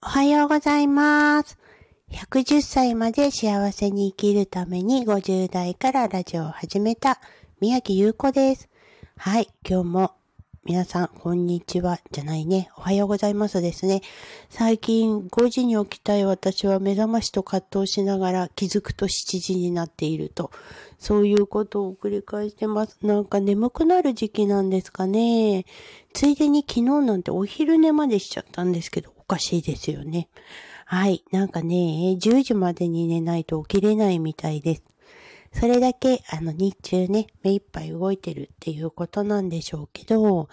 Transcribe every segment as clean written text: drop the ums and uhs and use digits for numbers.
おはようございます。110歳まで幸せに生きるために50代からラジオを始めた宮城優子です。はい、今日も皆さん、こんにちはじゃないね。おはようございますですね。最近5時に起きたい私は目覚ましと葛藤しながら気づくと7時になっていると。そういうことを繰り返してます。なんか眠くなる時期なんですかね。ついでに昨日なんてお昼寝までしちゃったんですけど、おかしいですよね。はい。なんかね、10時までに寝ないと起きれないみたいです。それだけ、日中ね、目いっぱい動いてるっていうことなんでしょうけど、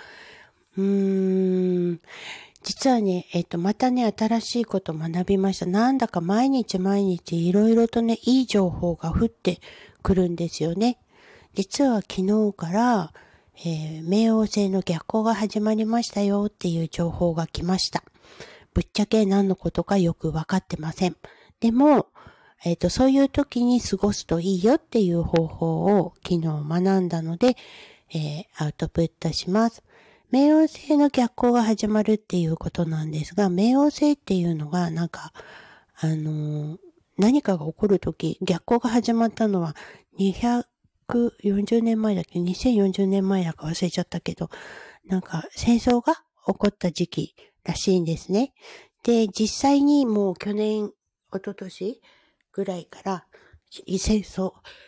実はね、またね、新しいこと学びました。なんだか毎日毎日いろいろとね、いい情報が降ってくるんですよね。実は昨日から、冥王星の逆行が始まりましたよっていう情報が来ました。ぶっちゃけ何のことかよくわかってません。でも、そういう時に過ごすといいよっていう方法を昨日学んだので、アウトプットします。冥王星の逆行が始まるっていうことなんですが、冥王星っていうのがなんか、何かが起こるとき、逆行が始まったのは240年前だっけ ?2040 年前だか忘れちゃったけど、なんか戦争が起こった時期らしいんですね。で、実際にもう去年、一昨年ぐらいから戦争、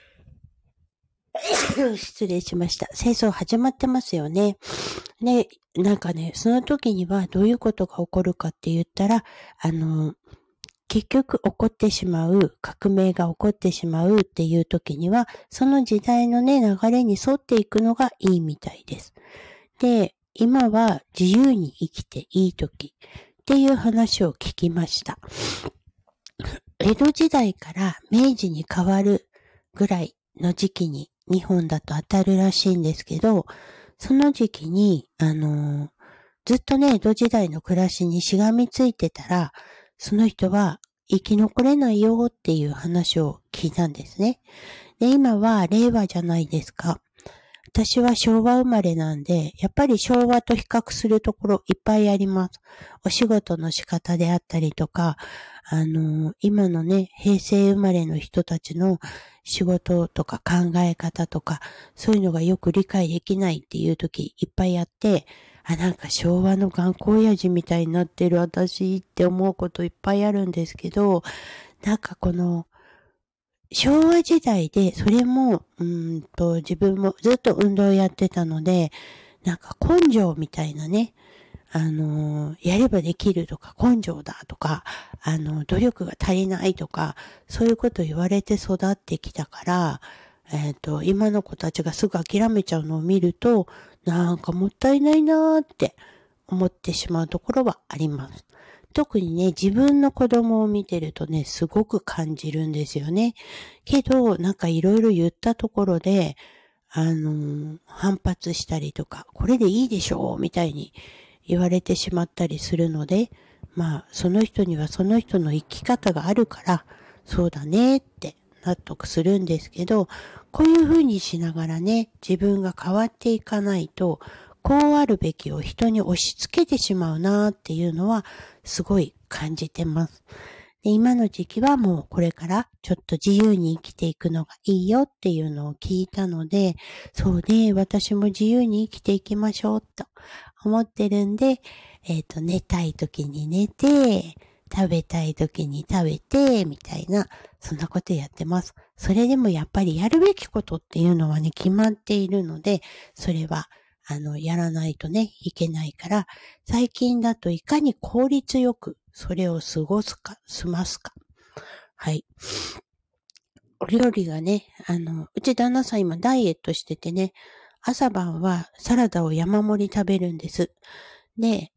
失礼しました。戦争始まってますよね。で、なんかね、その時にはどういうことが起こるかって言ったら、結局起こってしまう、革命が起こってしまうっていう時には、その時代のね、流れに沿っていくのがいいみたいです。で、今は自由に生きていい時っていう話を聞きました。江戸時代から明治に変わるぐらいの時期に日本だと当たるらしいんですけど、その時期に、ずっとね、江戸時代の暮らしにしがみついてたら、その人は生き残れないよっていう話を聞いたんですね。で、今は令和じゃないですか。私は昭和生まれなんで、やっぱり昭和と比較するところいっぱいあります。お仕事の仕方であったりとか、今のね、平成生まれの人たちの仕事とか考え方とか、そういうのがよく理解できないっていう時いっぱいあって、なんか昭和の頑固親父みたいになってる私って思うこといっぱいあるんですけど、なんかこの、昭和時代で、それも、自分もずっと運動やってたので、なんか根性みたいなね、やればできるとか、根性だとか、努力が足りないとか、そういうこと言われて育ってきたから、今の子たちがすぐ諦めちゃうのを見ると、なんかもったいないなーって思ってしまうところはあります。特にね、自分の子供を見てるとね、すごく感じるんですよね。けど、なんかいろいろ言ったところで、反発したりとか、これでいいでしょうみたいに言われてしまったりするので、まあ、その人にはその人の生き方があるから、そうだねって納得するんですけど、こういうふうにしながらね、自分が変わっていかないと、こうあるべきを人に押し付けてしまうなっていうのはすごい感じてます。で、今の時期はもうこれからちょっと自由に生きていくのがいいよっていうのを聞いたので、そうね、私も自由に生きていきましょうと思ってるんで、寝たい時に寝て、食べたい時に食べて、みたいな、そんなことやってます。それでもやっぱりやるべきことっていうのはね、決まっているので、それはやらないとね、いけないから、最近だといかに効率よくそれを過ごすか、済ますか。はい。お料理がね、うち旦那さん今ダイエットしててね、朝晩はサラダを山盛り食べるんです。で、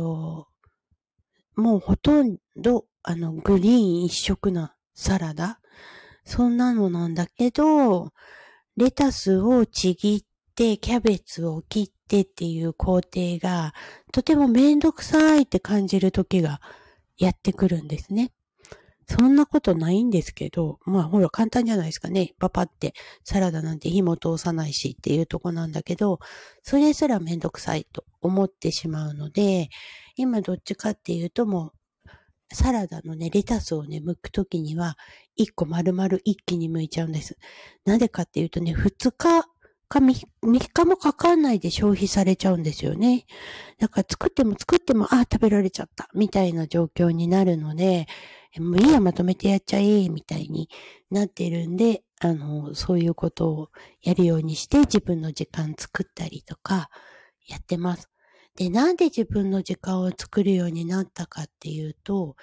もうほとんど、グリーン一色なサラダ。そんなのなんだけど、レタスをちぎって、キャベツを切ってっていう工程が、とてもめんどくさいって感じる時がやってくるんですね。そんなことないんですけど、まあほら簡単じゃないですかね。パパってサラダなんて火も通さないしっていうとこなんだけど、それすらめんどくさいと思ってしまうので、今どっちかっていうともうサラダのね、レタスをね、剥くときには、1個丸々一気に剥いちゃうんです。なんでかっていうとね、2日か3日もかかんないで消費されちゃうんですよね。だから作っても、食べられちゃった、みたいな状況になるので、もういいや、まとめてやっちゃえ、みたいになってるんで、そういうことをやるようにして自分の時間作ったりとか、やってます。で、なんで自分の時間を作るようになったかっていうと、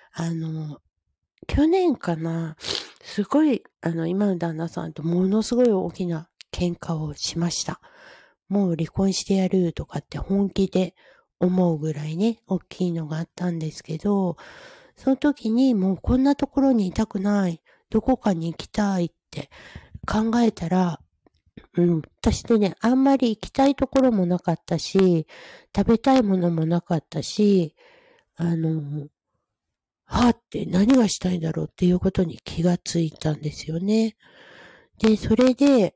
去年かな、すごい、今の旦那さんとものすごい大きな喧嘩をしました。もう離婚してやるとかって本気で思うぐらいね、大きいのがあったんですけど、その時にもうこんなところにいたくない、どこかに行きたいって考えたら、私でね、あんまり行きたいところもなかったし、食べたいものもなかったし、って何がしたいんだろうっていうことに気がついたんですよね。で、それで、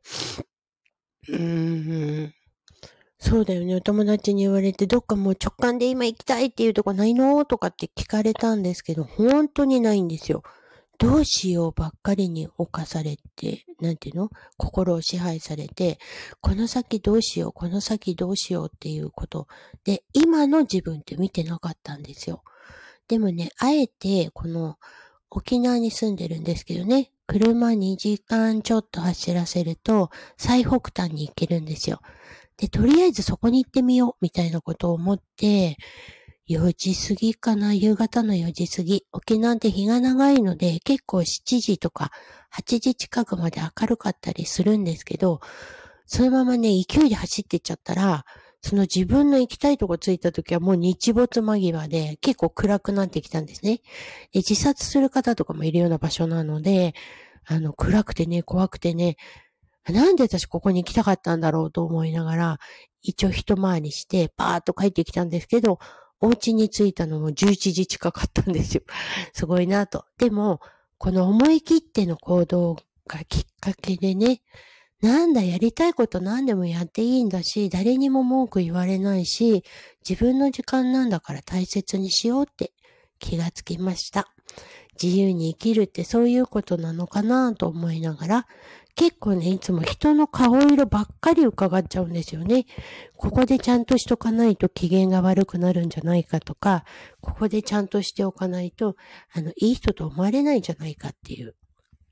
そうだよね。お友達に言われて、どっかもう直感で今行きたいっていうとこないのとかって聞かれたんですけど、本当にないんですよ。どうしようばっかりに侵されて、なんていうの？心を支配されて、この先どうしよう、この先どうしようっていうことで、今の自分って見てなかったんですよ。でもね、あえて、この沖縄に住んでるんですけどね、車2時間ちょっと走らせると、最北端に行けるんですよ。で、とりあえずそこに行ってみよう、みたいなことを思って、4時過ぎかな、夕方の4時過ぎ。沖縄って日が長いので、結構7時とか8時近くまで明るかったりするんですけど、そのままね、勢いで走っていっちゃったら、その自分の行きたいとこ着いた時はもう日没間際で結構暗くなってきたんですね。で、自殺する方とかもいるような場所なので、暗くてね、怖くてね、なんで私ここに行きたかったんだろうと思いながら、一応一回りして、パーッと帰ってきたんですけど、お家に着いたのも11時近かったんですよ。すごいなと。でも、この思い切っての行動がきっかけでね、なんだ、やりたいこと何でもやっていいんだし、誰にも文句言われないし、自分の時間なんだから大切にしようって気がつきました。自由に生きるってそういうことなのかなと思いながら、結構ね、いつも人の顔色ばっかり伺っちゃうんですよね。ここでちゃんとしとかないと機嫌が悪くなるんじゃないかとか、ここでちゃんとしておかないと、いい人と思われないんじゃないかっていう。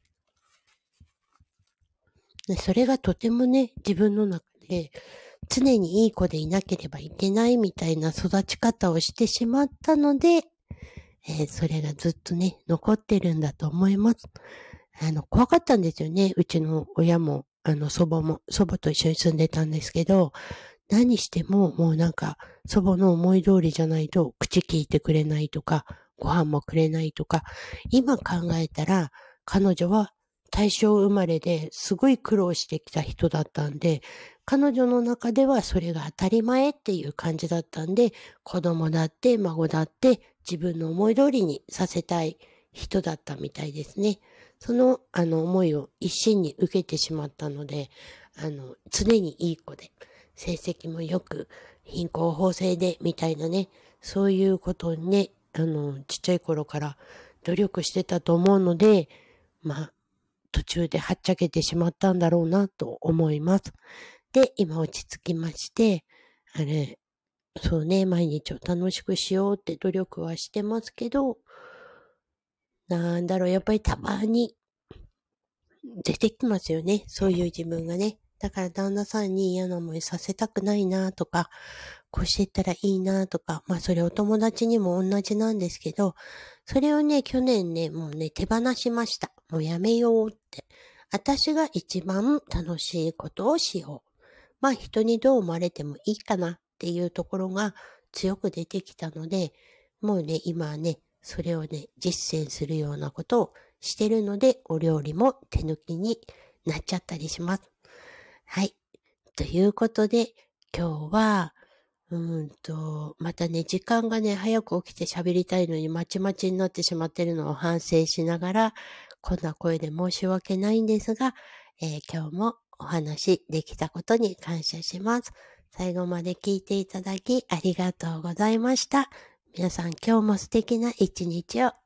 それがとてもね、自分の中で常にいい子でいなければいけないみたいな育ち方をしてしまったので、それがずっとね、残ってるんだと思います。怖かったんですよね。うちの親も、祖母と一緒に住んでたんですけど、何してももうなんか、祖母の思い通りじゃないと口聞いてくれないとか、ご飯もくれないとか、今考えたら、彼女は大正生まれですごい苦労してきた人だったんで、彼女の中ではそれが当たり前っていう感じだったんで、子供だって孫だって自分の思い通りにさせたい人だったみたいですね。その、思いを一身に受けてしまったので、常にいい子で、成績もよく、貧困法制で、みたいなね、そういうことにね、ちっちゃい頃から努力してたと思うので、途中ではっちゃけてしまったんだろうなと思います。で、今落ち着きまして、そうね、毎日を楽しくしようって努力はしてますけど、なんだろう、やっぱりたまに出てきますよね。そういう自分がね。だから旦那さんに嫌な思いさせたくないなとか、こうしていったらいいなとか、それお友達にも同じなんですけど、それをね、去年ね、もうね、手放しました。もうやめようって。私が一番楽しいことをしよう。人にどう思われてもいいかなっていうところが強く出てきたので、もうね、今はね、それをね、実践するようなことをしてるので、お料理も手抜きになっちゃったりします。はい。ということで、今日は、またね、時間がね、早く起きて喋りたいのにまちまちになってしまっているのを反省しながら、こんな声で申し訳ないんですが、今日もお話できたことに感謝します。最後まで聞いていただきありがとうございました。 皆さん今日も素敵な一日を